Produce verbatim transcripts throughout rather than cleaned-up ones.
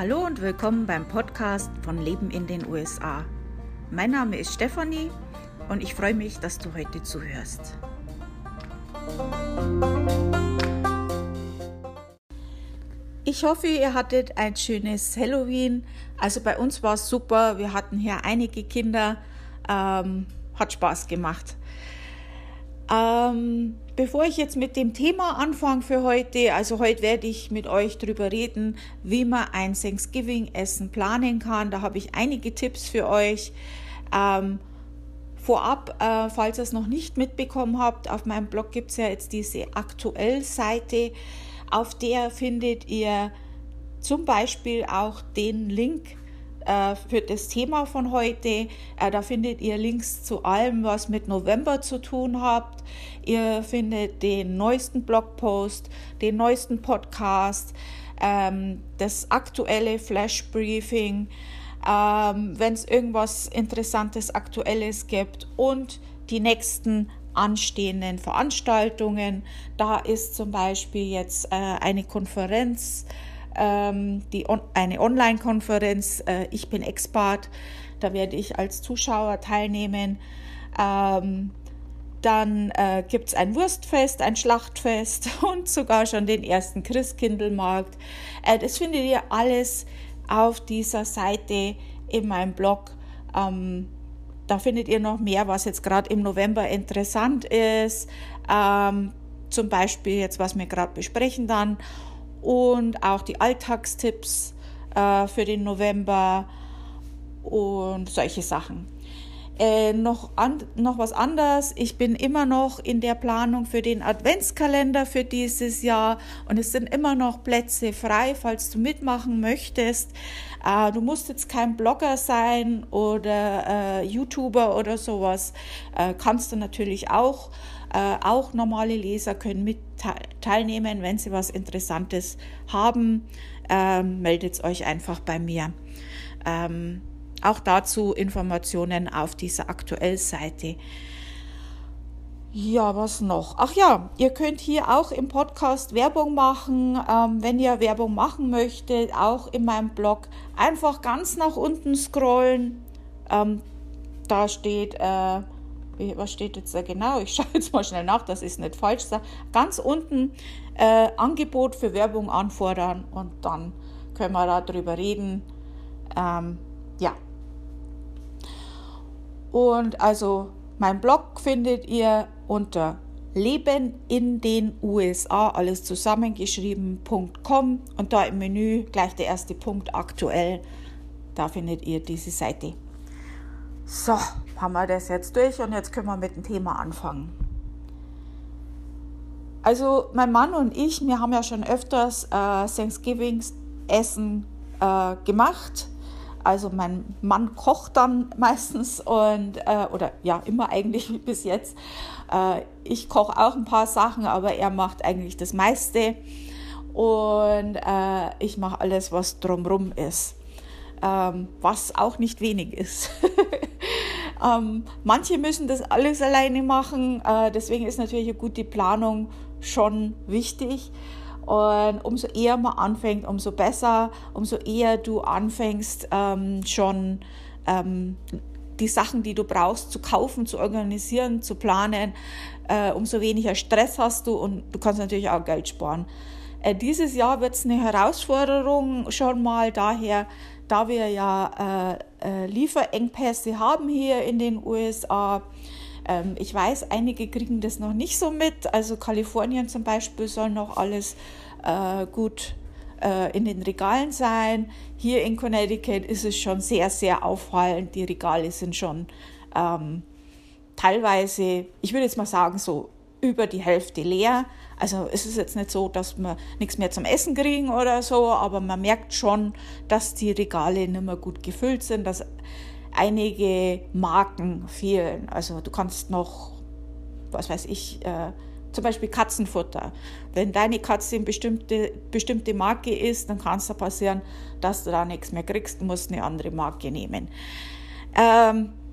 Hallo und willkommen beim Podcast von Leben in den U S A. Mein Name ist Stefanie und ich freue mich, dass du heute zuhörst. Ich hoffe, ihr hattet ein schönes Halloween. Also bei uns war es super. Wir hatten hier einige Kinder. Ähm, hat Spaß gemacht. Ähm, bevor ich jetzt mit dem Thema anfange für heute, also heute werde ich mit euch darüber reden, wie man ein Thanksgiving-Essen planen kann. Da habe ich einige Tipps für euch. Ähm, vorab, äh, falls ihr es noch nicht mitbekommen habt, auf meinem Blog gibt es ja jetzt diese Aktuell-Seite, auf der findet ihr zum Beispiel auch den Link äh, für das Thema von heute. Äh, da findet ihr Links zu allem, was mit November zu tun hat. Ihr findet den neuesten Blogpost, den neuesten Podcast, ähm, das aktuelle Flash-Briefing, ähm, wenn es irgendwas Interessantes, Aktuelles gibt und die nächsten anstehenden Veranstaltungen. Da ist zum Beispiel jetzt äh, eine Konferenz, ähm, die on- eine Online-Konferenz, äh, Ich bin Expert, da werde ich als Zuschauer teilnehmen. Ähm, dann äh, gibt es ein Wurstfest, ein Schlachtfest und sogar schon den ersten Christkindlmarkt. Äh, das findet ihr alles auf dieser Seite in meinem Blog. Ähm, Da findet ihr noch mehr, was jetzt gerade im November interessant ist. Ähm, zum Beispiel jetzt, was wir gerade besprechen dann. Und auch die Alltagstipps äh, für den November und solche Sachen. Äh, noch, an, noch was anderes. Ich bin immer noch in der Planung für den Adventskalender für dieses Jahr und es sind immer noch Plätze frei, falls du mitmachen möchtest. Äh, du musst jetzt kein Blogger sein oder äh, YouTuber oder sowas. Äh, kannst du natürlich auch. Äh, auch normale Leser können mit te- teilnehmen, wenn sie was Interessantes haben. Ähm, meldet euch einfach bei mir. Ähm, Auch dazu Informationen auf dieser Aktuell-Seite. Ja, was noch? Ach ja, ihr könnt hier auch im Podcast Werbung machen. Ähm, wenn ihr Werbung machen möchtet, auch in meinem Blog, einfach ganz nach unten scrollen. Ähm, da steht, äh, was steht jetzt da genau? Ich schaue jetzt mal schnell nach, dass ich es nicht falsch sage. Ganz unten äh, Angebot für Werbung anfordern und dann können wir darüber reden. Ähm, ja. Und also mein Blog findet ihr unter Leben in den U S A, alles zusammengeschrieben, .com und da im Menü gleich der erste Punkt aktuell, da findet ihr diese Seite. So, haben wir das jetzt durch und jetzt können wir mit dem Thema anfangen. Also mein Mann und ich, wir haben ja schon öfters äh, Thanksgiving-Essen äh, gemacht. Also mein Mann kocht dann meistens und äh, oder ja immer eigentlich bis jetzt. Äh, ich koche auch ein paar Sachen, aber er macht eigentlich das meiste und äh, ich mache alles, was drumrum ist, ähm, was auch nicht wenig ist. ähm, manche müssen das alles alleine machen, äh, deswegen ist natürlich eine gute Planung schon wichtig. Und umso eher man anfängt, umso besser, umso eher du anfängst, ähm, schon ähm, die Sachen, die du brauchst, zu kaufen, zu organisieren, zu planen, äh, umso weniger Stress hast du und du kannst natürlich auch Geld sparen. Äh, dieses Jahr wird es eine Herausforderung schon mal daher, da wir ja äh, äh, Lieferengpässe haben hier in den U S A. Ich weiß, einige kriegen das noch nicht so mit. Also Kalifornien zum Beispiel soll noch alles äh, gut äh, in den Regalen sein. Hier in Connecticut ist es schon sehr, sehr auffallend. Die Regale sind schon ähm, teilweise, ich würde jetzt mal sagen, so über die Hälfte leer. Also es ist jetzt nicht so, dass wir nichts mehr zum Essen kriegen oder so, aber man merkt schon, dass die Regale nicht mehr gut gefüllt sind, dass einige Marken fehlen. Also du kannst noch, was weiß ich, äh, zum Beispiel Katzenfutter. Wenn deine Katze eine bestimmte, bestimmte Marke ist, dann kann es da passieren, dass du da nichts mehr kriegst. Du musst eine andere Marke nehmen. Ähm,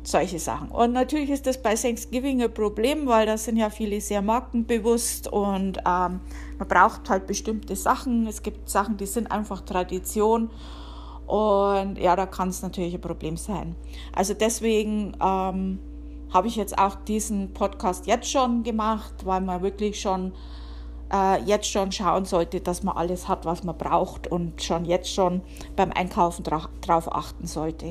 solche Sachen. Und natürlich ist das bei Thanksgiving ein Problem, weil da sind ja viele sehr markenbewusst und ähm, man braucht halt bestimmte Sachen. Es gibt Sachen, die sind einfach Tradition und ja, da kann es natürlich ein Problem sein. Also deswegen ähm, habe ich jetzt auch diesen Podcast jetzt schon gemacht, weil man wirklich schon äh, jetzt schon schauen sollte, dass man alles hat, was man braucht und schon jetzt schon beim Einkaufen dra- drauf achten sollte.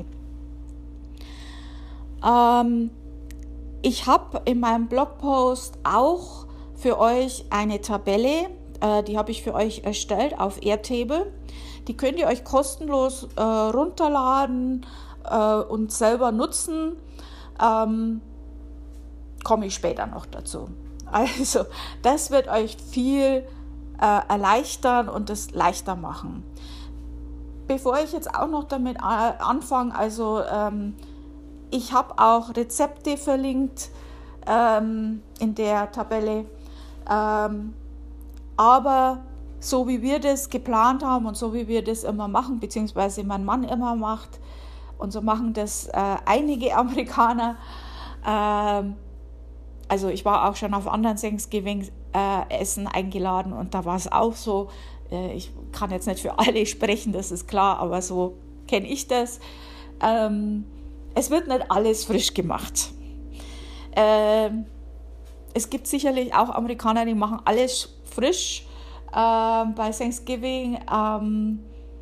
Ähm, ich habe in meinem Blogpost auch für euch eine Tabelle, äh, die habe ich für euch erstellt auf Airtable. Die könnt ihr euch kostenlos äh, runterladen äh, und selber nutzen. Ähm, komme ich später noch dazu. Also das wird euch viel äh, erleichtern und es leichter machen. Bevor ich jetzt auch noch damit äh, anfange, also ähm, ich habe auch Rezepte verlinkt ähm, in der Tabelle, ähm, aber so wie wir das geplant haben und so wie wir das immer machen, beziehungsweise mein Mann immer macht, und so machen das äh, einige Amerikaner. Ähm, also ich war auch schon auf anderen Thanksgiving-Essen äh, eingeladen und da war es auch so, äh, ich kann jetzt nicht für alle sprechen, das ist klar, aber so kenne ich das. Ähm, Es wird nicht alles frisch gemacht. Ähm, es gibt sicherlich auch Amerikaner, die machen alles frisch ähm, bei Thanksgiving. Ähm,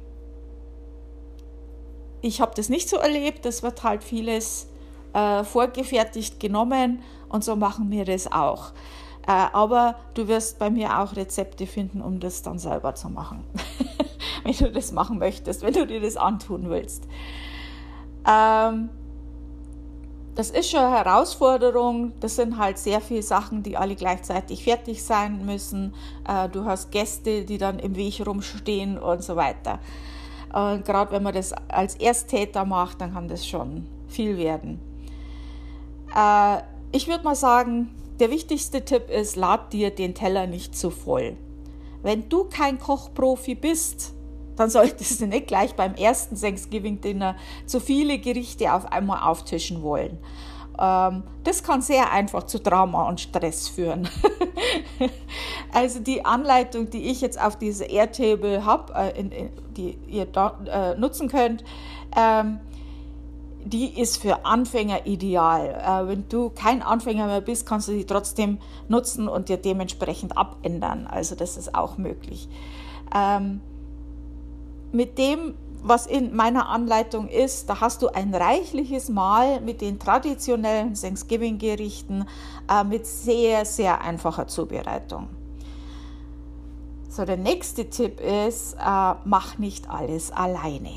ich habe das nicht so erlebt. Das wird halt vieles äh, vorgefertigt genommen und so machen wir das auch. Äh, aber du wirst bei mir auch Rezepte finden, um das dann selber zu machen. Wenn du das machen möchtest, wenn du dir das antun willst. Ähm, Das ist schon eine Herausforderung, das sind halt sehr viele Sachen, die alle gleichzeitig fertig sein müssen. Du hast Gäste, die dann im Weg rumstehen und so weiter. Und gerade wenn man das als Ersttäter macht, dann kann das schon viel werden. Ich würde mal sagen, der wichtigste Tipp ist, lad dir den Teller nicht zu voll. Wenn du kein Kochprofi bist, dann solltest du nicht gleich beim ersten Thanksgiving-Dinner zu viele Gerichte auf einmal auftischen wollen. Ähm, das kann sehr einfach zu Drama und Stress führen. Also die Anleitung, die ich jetzt auf dieser Airtable habe, äh, in, in, die ihr da, äh, nutzen könnt, ähm, die ist für Anfänger ideal. Äh, wenn du kein Anfänger mehr bist, kannst du die trotzdem nutzen und dir dementsprechend abändern. Also das ist auch möglich. Ähm, Mit dem, was in meiner Anleitung ist, da hast du ein reichliches Mahl mit den traditionellen Thanksgiving-Gerichten äh, mit sehr, sehr einfacher Zubereitung. So, der nächste Tipp ist, äh, mach nicht alles alleine.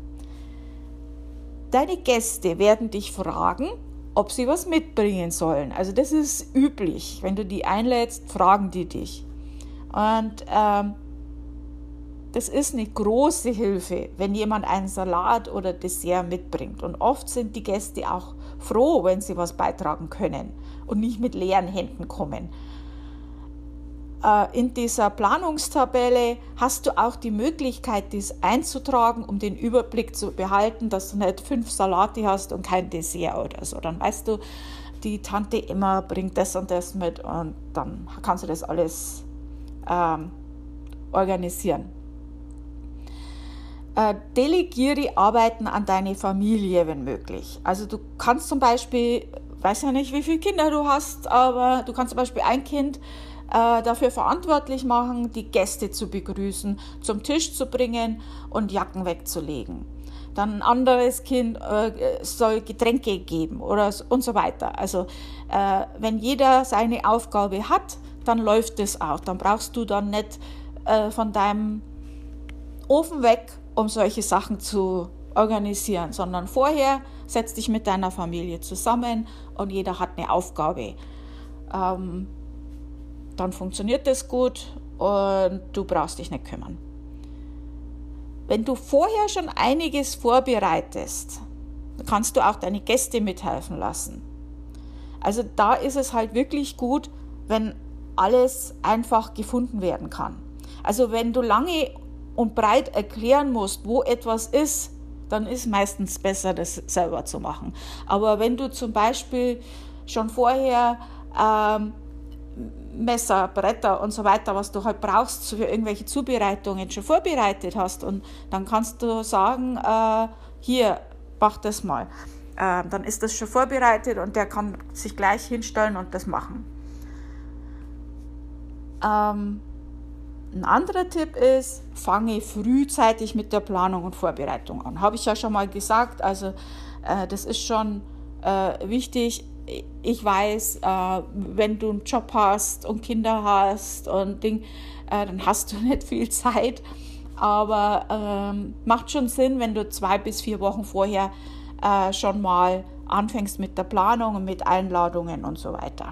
Deine Gäste werden dich fragen, ob sie was mitbringen sollen. Also das ist üblich. Wenn du die einlädst, fragen die dich. Und ähm, das ist eine große Hilfe, wenn jemand einen Salat oder Dessert mitbringt. Und oft sind die Gäste auch froh, wenn sie was beitragen können und nicht mit leeren Händen kommen. In dieser Planungstabelle hast du auch die Möglichkeit, dies einzutragen, um den Überblick zu behalten, dass du nicht fünf Salate hast und kein Dessert oder so. Dann weißt du, die Tante Emma bringt das und das mit und dann kannst du das alles ähm, organisieren. Äh, delegiere Arbeiten an deine Familie, wenn möglich. Also du kannst zum Beispiel, weiß ja nicht, wie viele Kinder du hast, aber du kannst zum Beispiel ein Kind äh, dafür verantwortlich machen, die Gäste zu begrüßen, zum Tisch zu bringen und Jacken wegzulegen. Dann ein anderes Kind äh, soll Getränke geben oder und so weiter. Also äh, wenn jeder seine Aufgabe hat, dann läuft das auch. Dann brauchst du dann nicht äh, von deinem Ofen weg, um solche Sachen zu organisieren, sondern vorher setz dich mit deiner Familie zusammen und jeder hat eine Aufgabe. Ähm, dann funktioniert das gut und du brauchst dich nicht kümmern. Wenn du vorher schon einiges vorbereitest, kannst du auch deine Gäste mithelfen lassen. Also da ist es halt wirklich gut, wenn alles einfach gefunden werden kann. Also wenn du lange und breit erklären musst, wo etwas ist, dann ist meistens besser, das selber zu machen. Aber wenn du zum Beispiel schon vorher ähm, Messer, Bretter und so weiter, was du halt brauchst für irgendwelche Zubereitungen, schon vorbereitet hast, und dann kannst du sagen, äh, hier, mach das mal. Äh, dann ist das schon vorbereitet und der kann sich gleich hinstellen und das machen. Ähm, ein anderer Tipp ist, fange frühzeitig mit der Planung und Vorbereitung an. Habe ich ja schon mal gesagt, also äh, das ist schon äh, wichtig. Ich weiß, äh, wenn du einen Job hast und Kinder hast und Ding, äh, dann hast du nicht viel Zeit, aber ähm, macht schon Sinn, wenn du zwei bis vier Wochen vorher äh, schon mal anfängst mit der Planung und mit Einladungen und so weiter.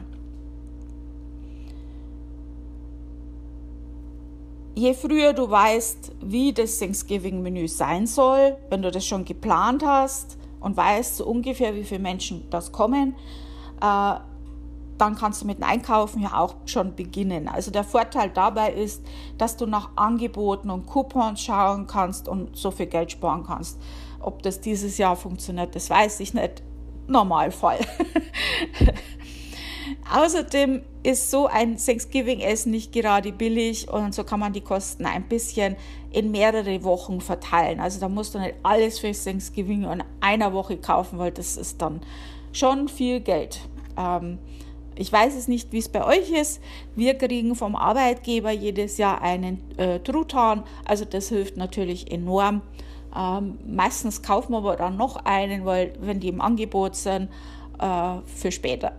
Je früher du weißt, wie das Thanksgiving-Menü sein soll, wenn du das schon geplant hast und weißt so ungefähr, wie viele Menschen das kommen, äh, dann kannst du mit dem Einkaufen ja auch schon beginnen. Also der Vorteil dabei ist, dass du nach Angeboten und Coupons schauen kannst und so viel Geld sparen kannst. Ob das dieses Jahr funktioniert, das weiß ich nicht. Normalfall. Außerdem ist so ein Thanksgiving-Essen nicht gerade billig und so kann man die Kosten ein bisschen in mehrere Wochen verteilen. Also da musst du nicht alles für Thanksgiving in einer Woche kaufen, weil das ist dann schon viel Geld. Ähm, ich weiß es nicht, wie es bei euch ist. Wir kriegen vom Arbeitgeber jedes Jahr einen äh, Truthahn, also das hilft natürlich enorm. Ähm, meistens kaufen wir aber dann noch einen, weil wenn die im Angebot sind, äh, für später.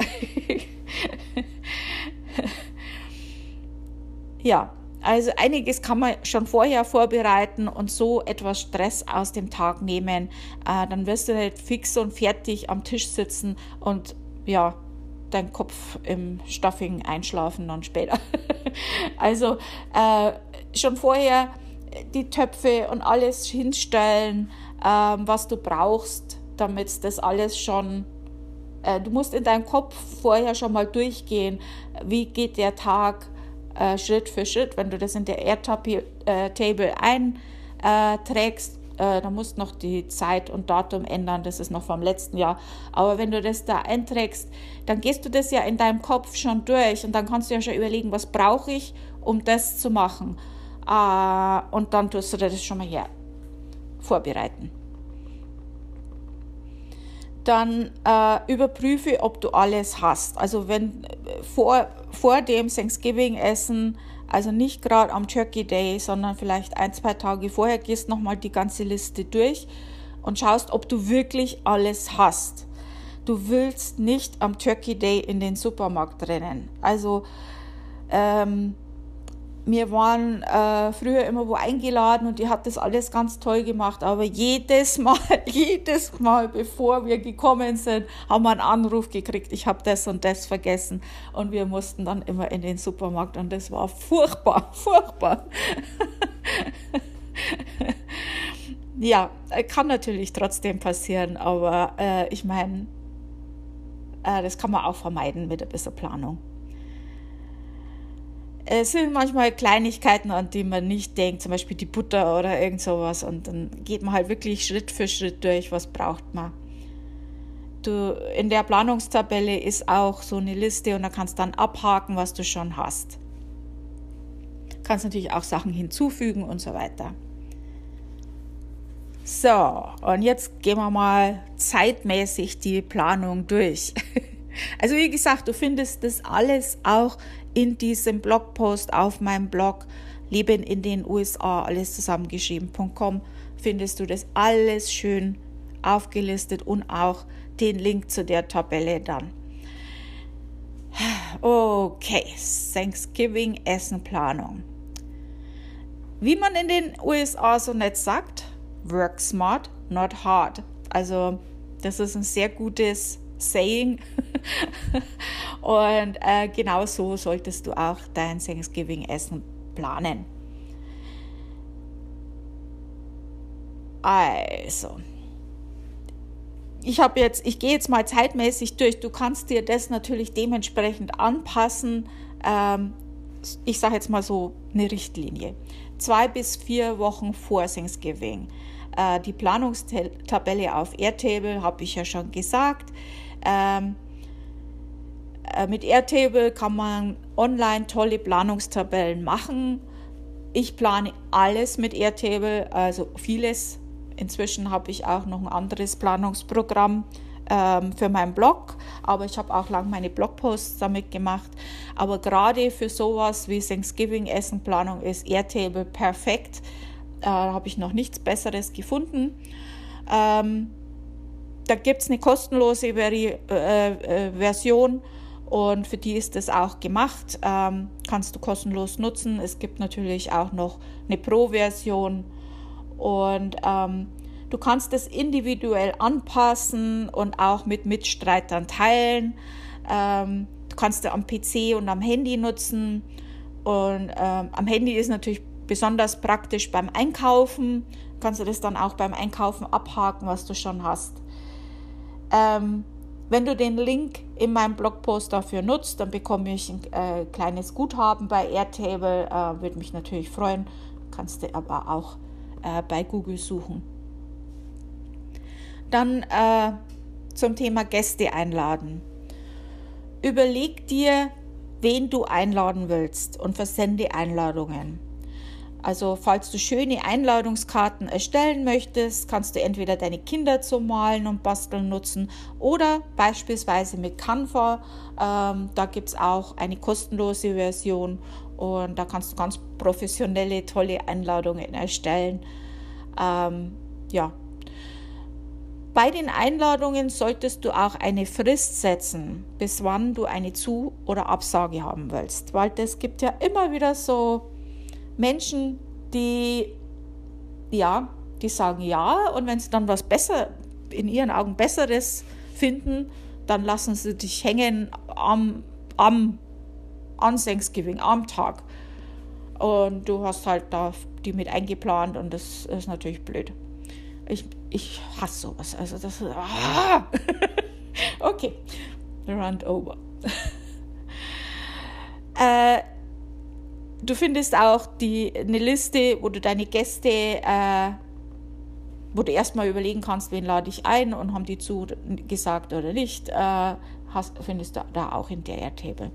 Ja, also einiges kann man schon vorher vorbereiten und so etwas Stress aus dem Tag nehmen. Äh, dann wirst du nicht fix und fertig am Tisch sitzen und ja, dein Kopf im Stuffing einschlafen dann später. Also äh, schon vorher die Töpfe und alles hinstellen, äh, was du brauchst, damit das alles schon, äh, du musst in deinem Kopf vorher schon mal durchgehen, wie geht der Tag äh, Schritt für Schritt. Wenn du das in der Airtable äh, einträgst, äh, dann musst du noch die Zeit und Datum ändern, das ist noch vom letzten Jahr. Aber wenn du das da einträgst, dann gehst du das ja in deinem Kopf schon durch und dann kannst du ja schon überlegen, was brauche ich, um das zu machen. Uh, und dann tust du das schon mal her vorbereiten. Dann uh, überprüfe, ob du alles hast. Also wenn vor, vor dem Thanksgiving-Essen, also nicht gerade am Turkey Day, sondern vielleicht ein, zwei Tage vorher, gehst nochmal die ganze Liste durch und schaust, ob du wirklich alles hast. Du willst nicht am Turkey Day in den Supermarkt rennen. Also ähm, wir waren äh, früher immer wo eingeladen und die hat das alles ganz toll gemacht, aber jedes Mal, jedes Mal, bevor wir gekommen sind, haben wir einen Anruf gekriegt, ich habe das und das vergessen und wir mussten dann immer in den Supermarkt und das war furchtbar, furchtbar. Ja, kann natürlich trotzdem passieren, aber äh, ich meine, äh, das kann man auch vermeiden mit ein bisschen Planung. Es sind manchmal Kleinigkeiten, an die man nicht denkt, zum Beispiel die Butter oder irgend sowas. Und dann geht man halt wirklich Schritt für Schritt durch, was braucht man. Du, in der Planungstabelle ist auch so eine Liste und da kannst du dann abhaken, was du schon hast. Du kannst natürlich auch Sachen hinzufügen und so weiter. So, und jetzt gehen wir mal zeitmäßig die Planung durch. Also wie gesagt, du findest das alles auch in diesem Blogpost auf meinem Blog Leben in den U S A, alles zusammengeschrieben Punkt com, findest du das alles schön aufgelistet und auch den Link zu der Tabelle dann. Okay, Thanksgiving Essenplanung. Wie man in den U S A so nett sagt, work smart, not hard. Also das ist ein sehr gutes Saying. Und äh, genau so solltest du auch dein Thanksgiving-Essen planen. Also, ich habe jetzt, ich gehe jetzt mal zeitmäßig durch. Du kannst dir das natürlich dementsprechend anpassen. Ähm, ich sage jetzt mal so eine Richtlinie. Zwei bis vier Wochen vor Thanksgiving Äh, die Planungstabelle auf Airtable habe ich ja schon gesagt. Ähm, äh, mit Airtable kann man online tolle Planungstabellen machen. Ich plane alles mit Airtable, also vieles. Inzwischen habe ich auch noch ein anderes Planungsprogramm ähm, für meinen Blog, aber ich habe auch lange meine Blogposts damit gemacht. Aber gerade für sowas wie Thanksgiving-Essenplanung ist Airtable perfekt. Äh, da habe ich noch nichts Besseres gefunden. Ähm, da gibt es eine kostenlose Veri- äh, äh, Version und für die ist das auch gemacht. Ähm, kannst du kostenlos nutzen. Es gibt natürlich auch noch eine Pro-Version. Und ähm, du kannst es individuell anpassen und auch mit Mitstreitern teilen. Ähm, du kannst es am P C und am Handy nutzen. Und ähm, am Handy ist natürlich besonders praktisch beim Einkaufen. Kannst du das dann auch beim Einkaufen abhaken, was du schon hast. Ähm, wenn du den Link in meinem Blogpost dafür nutzt, dann bekomme ich ein äh, kleines Guthaben bei Airtable. Äh, würde mich natürlich freuen. Kannst du aber auch bei Google suchen. Dann äh, zum Thema Gäste einladen. Überleg dir, wen du einladen willst und versende Einladungen. Also falls du schöne Einladungskarten erstellen möchtest, kannst du entweder deine Kinder zum Malen und Basteln nutzen oder beispielsweise mit Canva. Ähm, da gibt es auch eine kostenlose Version und da kannst du ganz professionelle, tolle Einladungen erstellen. Ähm, ja. Bei den Einladungen solltest du auch eine Frist setzen, bis wann du eine Zu- oder Absage haben willst, weil es gibt ja immer wieder so Menschen, die ja, die sagen ja und wenn sie dann was besser, in ihren Augen Besseres finden, dann lassen sie dich hängen am, am an Thanksgiving, am Tag. Und du hast halt da die mit eingeplant und das ist natürlich blöd. Ich, ich hasse sowas. Also das ist, ah! Okay, run over. äh, du findest auch die, eine Liste, wo du deine Gäste, äh, wo du erstmal überlegen kannst, wen lade ich ein und haben die zugesagt oder nicht, äh, hast, findest du da auch in der Airtable.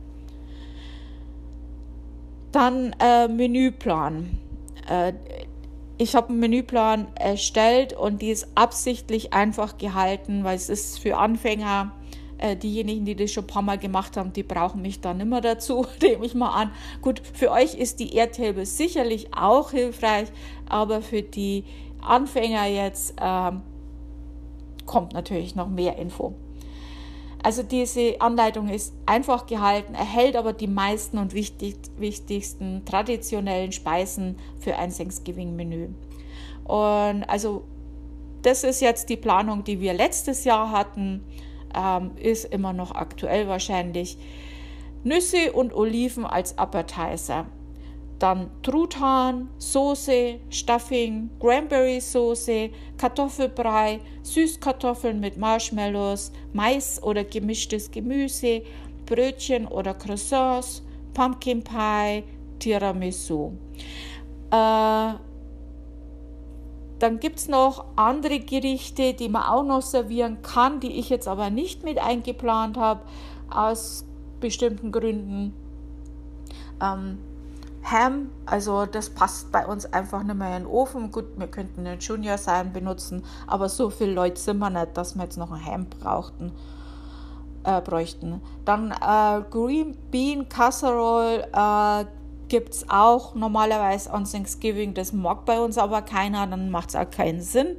Dann äh, Menüplan. Äh, ich habe einen Menüplan erstellt und die ist absichtlich einfach gehalten, weil es ist für Anfänger, äh, diejenigen, die das schon ein paar Mal gemacht haben, die brauchen mich da nicht mehr dazu, nehme ich mal an. Gut, für euch ist die Airtable sicherlich auch hilfreich, aber für die Anfänger jetzt äh, kommt natürlich noch mehr Info. Also diese Anleitung ist einfach gehalten, erhält aber die meisten und wichtig, wichtigsten traditionellen Speisen für ein Thanksgiving-Menü. Und also das ist jetzt die Planung, die wir letztes Jahr hatten, ähm, ist immer noch aktuell wahrscheinlich. Nüsse und Oliven als Appetizer. Dann Truthahn, Soße, Stuffing, Cranberry-Soße, Kartoffelbrei, Süßkartoffeln mit Marshmallows, Mais oder gemischtes Gemüse, Brötchen oder Croissants, Pumpkin Pie, Tiramisu. Äh, dann gibt es noch andere Gerichte, die man auch noch servieren kann, die ich jetzt aber nicht mit eingeplant habe, aus bestimmten Gründen. Ähm, Ham, also das passt bei uns einfach nicht mehr in den Ofen. Gut, wir könnten einen Junior Sein benutzen, aber so viele Leute sind wir nicht, dass wir jetzt noch ein Ham brauchten, äh, bräuchten. Dann äh, Green Bean Casserole äh, gibt es auch normalerweise an Thanksgiving. Das mag bei uns aber keiner, dann macht es auch keinen Sinn.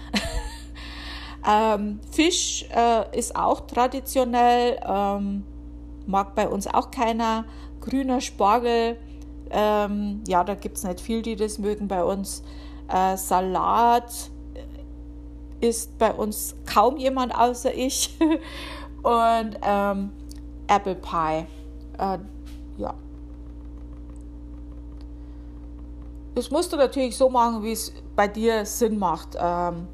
ähm, Fisch äh, ist auch traditionell, ähm, mag bei uns auch keiner. Grüner Spargel, Ähm, ja, da gibt es nicht viel, die das mögen bei uns. Äh, Salat isst bei uns kaum jemand außer ich. Und ähm, Apple Pie. Äh, ja. Das musst du natürlich so machen, wie es bei dir Sinn macht. Ähm,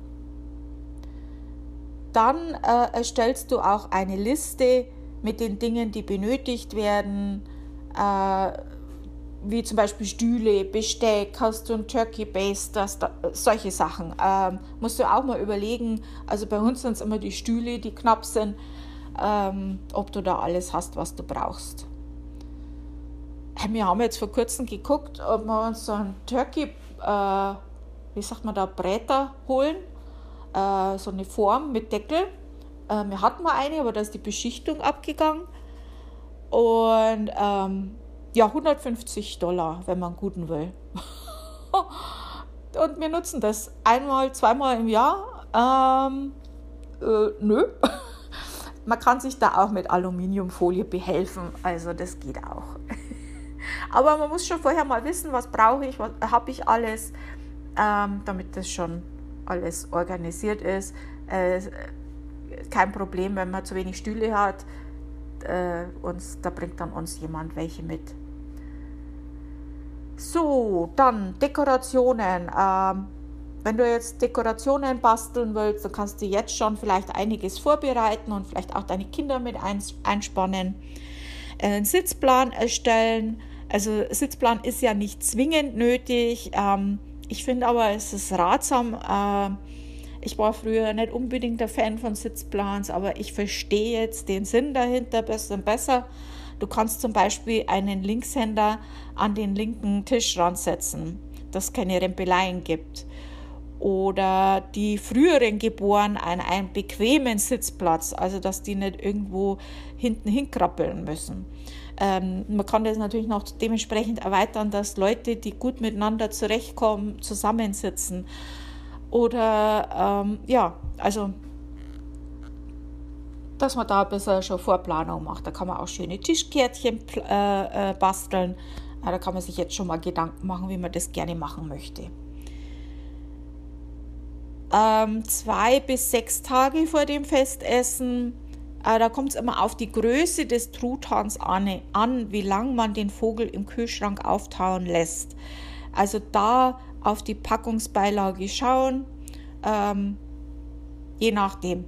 dann äh, erstellst du auch eine Liste mit den Dingen, die benötigt werden. Äh, wie zum Beispiel Stühle, Besteck, hast du ein Turkey Base, das, das, solche Sachen. Ähm, musst du auch mal überlegen, also bei uns sind es immer die Stühle, die knapp sind, ähm, ob du da alles hast, was du brauchst. Wir haben jetzt vor kurzem geguckt, ob wir uns so einen Turkey, äh, wie sagt man da, Bräter holen, äh, so eine Form mit Deckel. Äh, wir hatten mal eine, aber da ist die Beschichtung abgegangen. Und ähm, ja, hundertfünfzig Dollar, wenn man einen guten will. Und wir nutzen das einmal, zweimal im Jahr. Ähm, äh, nö. Man kann sich da auch mit Aluminiumfolie behelfen, also das geht auch. Aber man muss schon vorher mal wissen, was brauche ich, was habe ich alles, ähm, damit das schon alles organisiert ist. Äh, kein Problem, wenn man zu wenig Stühle hat. Äh, uns, da bringt dann uns jemand welche mit. So, dann Dekorationen. Ähm, wenn du jetzt Dekorationen basteln willst, dann kannst du jetzt schon vielleicht einiges vorbereiten und vielleicht auch deine Kinder mit einspannen. Einen Sitzplan erstellen. Also Sitzplan ist ja nicht zwingend nötig. Ähm, ich finde aber, es ist ratsam. Äh, ich war früher nicht unbedingt der Fan von Sitzplans, aber ich verstehe jetzt den Sinn dahinter besser und besser. Du kannst zum Beispiel einen Linkshänder an den linken Tischrand setzen, dass es keine Rempeleien gibt. Oder die früheren Geborenen an einen bequemen Sitzplatz, also dass die nicht irgendwo hinten hinkrabbeln müssen. Ähm, man kann das natürlich noch dementsprechend erweitern, dass Leute, die gut miteinander zurechtkommen, zusammensitzen. Oder ähm, ja, also dass man da ein bisschen schon Vorplanung macht. Da kann man auch schöne Tischkärtchen äh, äh, basteln. Ja, da kann man sich jetzt schon mal Gedanken machen, wie man das gerne machen möchte. Ähm, zwei bis sechs Tage vor dem Festessen, äh, da kommt es immer auf die Größe des Truthahns an, an, wie lang man den Vogel im Kühlschrank auftauen lässt. Also da auf die Packungsbeilage schauen, ähm, je nachdem.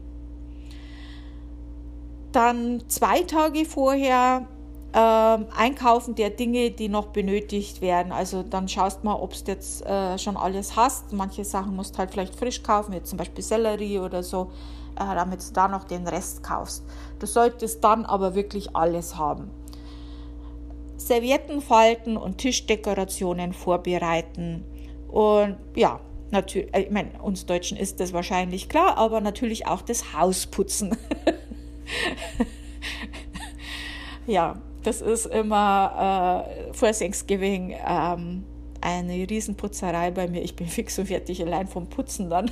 Dann zwei Tage vorher ähm, einkaufen der Dinge, die noch benötigt werden. Also dann schaust mal, ob du jetzt äh, schon alles hast. Manche Sachen musst du halt vielleicht frisch kaufen, wie zum Beispiel Sellerie oder so, äh, damit du da noch den Rest kaufst. Du solltest dann aber wirklich alles haben. Servietten falten und Tischdekorationen vorbereiten. Und ja, natürlich, ich meine, uns Deutschen ist das wahrscheinlich klar, aber natürlich auch das Haus putzen. Ja, das ist immer äh, vor Thanksgiving ähm, eine Riesenputzerei bei mir. Ich bin fix und fertig allein vom Putzen dann.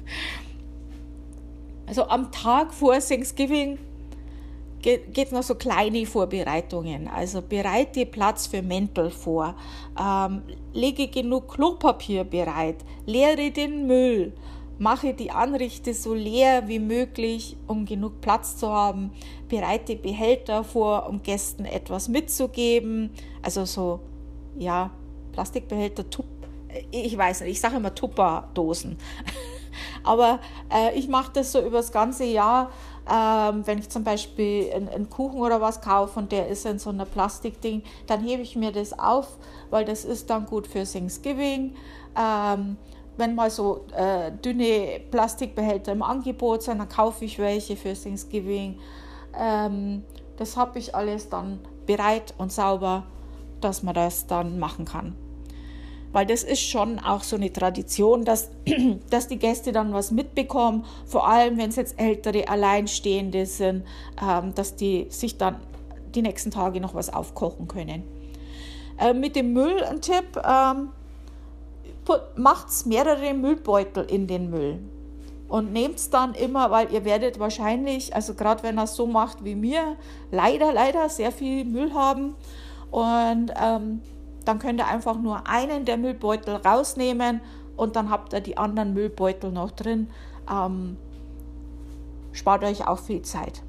Also am Tag vor Thanksgiving geht es noch so kleine Vorbereitungen. Also bereite Platz für Mäntel vor, ähm, lege genug Klopapier bereit, leere den Müll, mache die Anrichte so leer wie möglich, um genug Platz zu haben, bereite Behälter vor, um Gästen etwas mitzugeben. Also so, ja, Plastikbehälter, Tup- ich weiß nicht, ich sage immer Tupperdosen. Aber äh, ich mache das so über das ganze Jahr. Ähm, wenn ich zum Beispiel einen, einen Kuchen oder was kaufe und der ist in so einer Plastikding, dann hebe ich mir das auf, weil das ist dann gut für Thanksgiving. Ähm, wenn mal so äh, dünne Plastikbehälter im Angebot sind, dann kaufe ich welche für Thanksgiving. Ähm, das habe ich alles dann bereit und sauber, dass man das dann machen kann. Weil das ist schon auch so eine Tradition, dass, dass die Gäste dann was mitbekommen, vor allem wenn es jetzt ältere Alleinstehende sind, ähm, dass die sich dann die nächsten Tage noch was aufkochen können. Äh, mit dem Müll ein Tipp, ähm, macht mehrere Müllbeutel in den Müll und nehmt es dann immer, weil ihr werdet wahrscheinlich, also gerade wenn ihr es so macht wie mir, leider, leider sehr viel Müll haben und ähm, dann könnt ihr einfach nur einen der Müllbeutel rausnehmen und dann habt ihr die anderen Müllbeutel noch drin. Ähm, spart euch auch viel Zeit.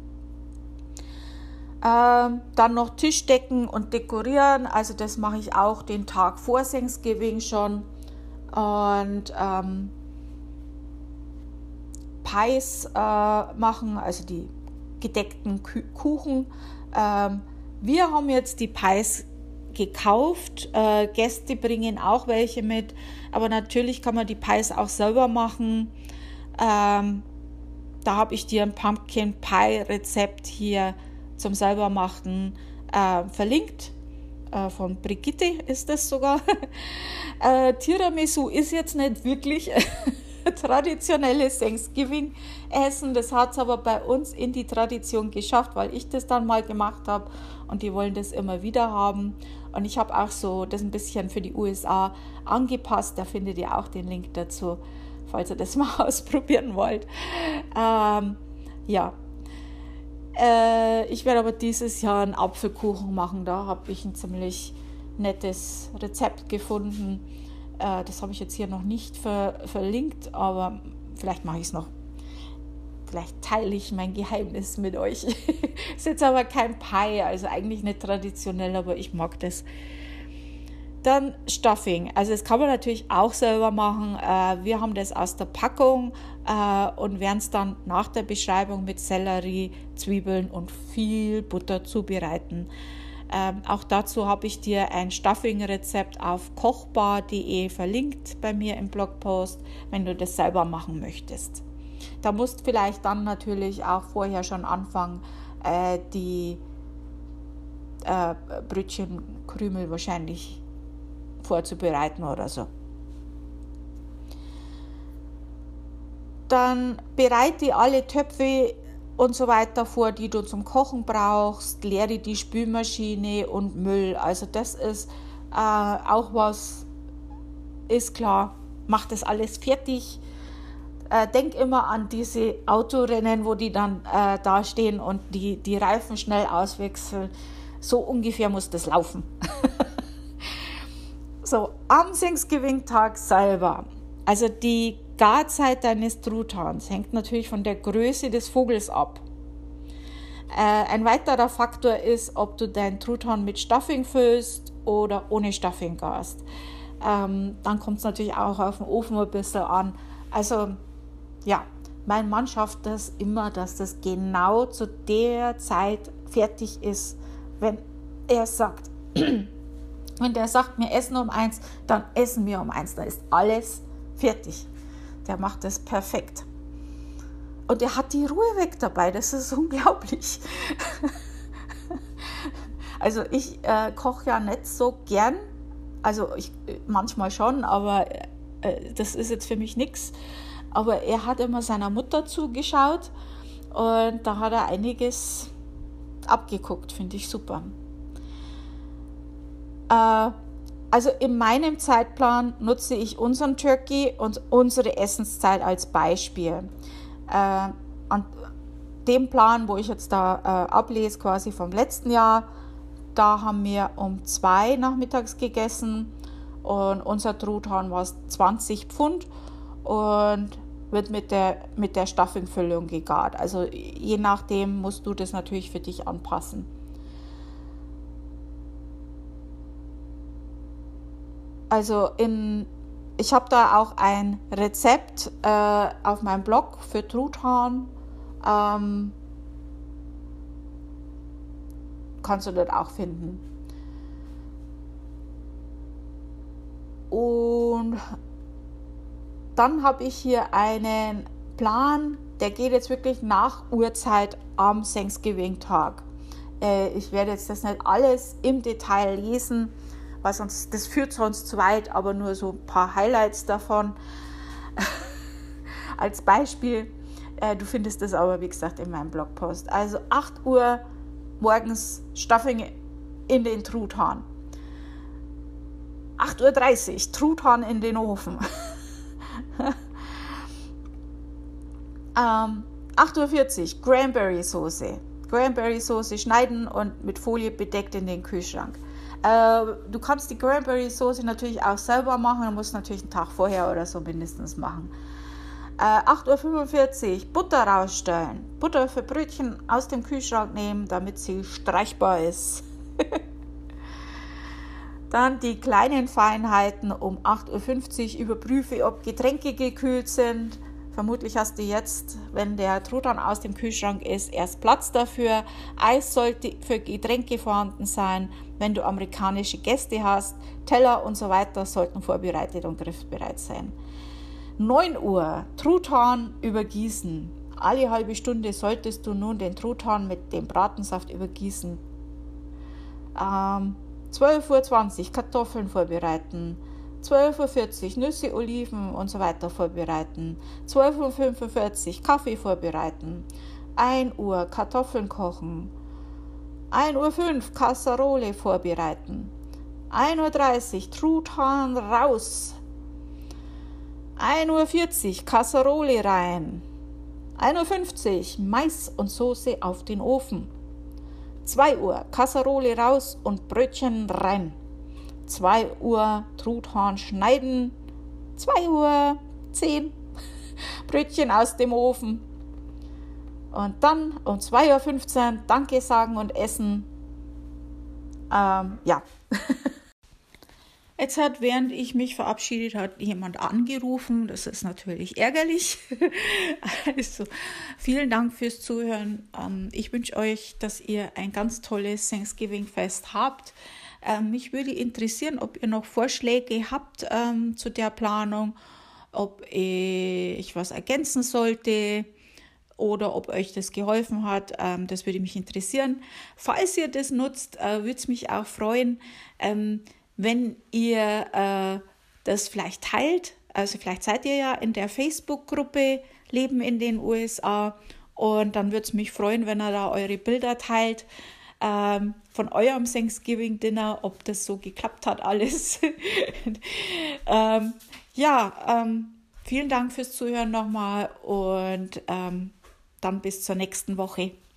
Ähm, dann noch Tischdecken und dekorieren, also das mache ich auch den Tag vor Thanksgiving schon. Und ähm, Pies äh, machen, also die gedeckten Kuchen. Ähm, wir haben jetzt die Pies gekauft. Äh, Gäste bringen auch welche mit, aber natürlich kann man die Pies auch selber machen. Ähm, da habe ich dir ein Pumpkin Pie Rezept hier zum selber machen äh, verlinkt. Äh, von Brigitte ist das sogar. äh, Tiramisu ist jetzt nicht wirklich traditionelles Thanksgiving-Essen. Das hat es aber bei uns in die Tradition geschafft, weil ich das dann mal gemacht habe und die wollen das immer wieder haben. Und ich habe auch so das ein bisschen für die U S A angepasst. Da findet ihr auch den Link dazu, falls ihr das mal ausprobieren wollt. Ähm, ja, äh, ich werde aber dieses Jahr einen Apfelkuchen machen. Da habe ich ein ziemlich nettes Rezept gefunden. Äh, das habe ich jetzt hier noch nicht ver- verlinkt, aber vielleicht mache ich es noch. Vielleicht teile ich mein Geheimnis mit euch. Ist jetzt aber kein Pie, also eigentlich nicht traditionell, aber ich mag das. Dann Stuffing. Also das kann man natürlich auch selber machen. Äh, wir haben das aus der Packung äh, und werden es dann nach der Beschreibung mit Sellerie, Zwiebeln und viel Butter zubereiten. Ähm, auch dazu habe ich dir ein Stuffing-Rezept auf kochbar punkt de verlinkt bei mir im Blogpost, wenn du das selber machen möchtest. Da musst vielleicht dann natürlich auch vorher schon anfangen, äh, die äh, Brötchenkrümel wahrscheinlich vorzubereiten oder so. Dann bereite alle Töpfe und so weiter vor, die du zum Kochen brauchst, leere die Spülmaschine und Müll. Also das ist äh, auch was, ist klar, mach das alles fertig. Äh, denk immer an diese Autorennen, wo die dann äh, da stehen und die, die Reifen schnell auswechseln. So ungefähr muss das laufen. So, am Thanksgiving-Tag selber, also die Garzeit deines Truthahns hängt natürlich von der Größe des Vogels ab. Äh, ein weiterer Faktor ist, ob du dein Truthahn mit Stuffing füllst oder ohne Stuffing garst. Ähm, dann kommt es natürlich auch auf den Ofen ein bisschen an. Also ja, mein Mann schafft das immer, dass das genau zu der Zeit fertig ist, wenn er sagt. Wenn der sagt, wir essen um eins, dann essen wir um eins. Da ist alles fertig. Der macht das perfekt. Und er hat die Ruhe weg dabei. Das ist unglaublich. Also ich äh, koche ja nicht so gern. Also ich manchmal schon, aber äh, das ist jetzt für mich nichts. Aber er hat immer seiner Mutter zugeschaut und da hat er einiges abgeguckt. Finde ich super. Also in meinem Zeitplan nutze ich unseren Turkey und unsere Essenszeit als Beispiel. Äh, an dem Plan, wo ich jetzt da äh, ablese, quasi vom letzten Jahr, da haben wir um zwei nachmittags gegessen und unser Truthahn war zwanzig Pfund und wird mit der, mit der Stuffingfüllung gegart. Also je nachdem musst du das natürlich für dich anpassen. Also in, ich habe da auch ein Rezept äh, auf meinem Blog für Truthahn. Ähm, kannst du dort auch finden. Und dann habe ich hier einen Plan, der geht jetzt wirklich nach Uhrzeit am Thanksgiving-Tag. Äh, ich werde jetzt das nicht alles im Detail lesen, weil sonst, das führt sonst zu weit, aber nur so ein paar Highlights davon als Beispiel. Äh, du findest das aber, wie gesagt, in meinem Blogpost. Also acht Uhr morgens Stuffing in den Truthahn. acht Uhr dreißig Truthahn in den Ofen. ähm, acht Uhr vierzig Cranberry-Soße. Cranberry-Soße schneiden und mit Folie bedeckt in den Kühlschrank. Du kannst die Cranberry-Soße natürlich auch selber machen, du musst natürlich einen Tag vorher oder so mindestens machen. acht Uhr fünfundvierzig Butter rausstellen. Butter für Brötchen aus dem Kühlschrank nehmen, damit sie streichbar ist. Dann die kleinen Feinheiten um acht Uhr fünfzig überprüfe, ob Getränke gekühlt sind. Vermutlich hast du jetzt, wenn der Truthahn aus dem Kühlschrank ist, erst Platz dafür. Eis sollte für Getränke vorhanden sein. Wenn du amerikanische Gäste hast, Teller und so weiter sollten vorbereitet und griffbereit sein. neun Uhr, Truthahn übergießen. Alle halbe Stunde solltest du nun den Truthahn mit dem Bratensaft übergießen. Ähm, zwölf Uhr zwanzig, Kartoffeln vorbereiten. zwölf Uhr vierzig, Nüsse, Oliven und so weiter vorbereiten. zwölf Uhr fünfundvierzig, Kaffee vorbereiten. ein Uhr, Kartoffeln kochen. ein Uhr fünf, Kasserole vorbereiten. ein Uhr dreißig, Truthahn raus. ein Uhr vierzig, Kasserole rein. ein Uhr fünfzig, Mais und Soße auf den Ofen. zwei Uhr, Kasserole raus und Brötchen rein. zwei Uhr, Truthahn schneiden. zwei Uhr zehn, Brötchen aus dem Ofen. Und dann um zwei Uhr fünfzehn, Danke sagen und essen. Ähm, ja. Jetzt hat, während ich mich verabschiedet habe, jemand angerufen. Das ist natürlich ärgerlich. Also, vielen Dank fürs Zuhören. Ich wünsche euch, dass ihr ein ganz tolles Thanksgiving-Fest habt. Mich würde interessieren, ob ihr noch Vorschläge habt ähm, zu der Planung, ob ich was ergänzen sollte oder ob euch das geholfen hat. Ähm, das würde mich interessieren. Falls ihr das nutzt, äh, würde es mich auch freuen, ähm, wenn ihr äh, das vielleicht teilt. Also vielleicht seid ihr ja in der Facebook-Gruppe Leben in den U S A und dann würde es mich freuen, wenn ihr da eure Bilder teilt ähm, von eurem Thanksgiving-Dinner, ob das so geklappt hat alles. ähm, ja, ähm, vielen Dank fürs Zuhören nochmal und ähm, dann bis zur nächsten Woche.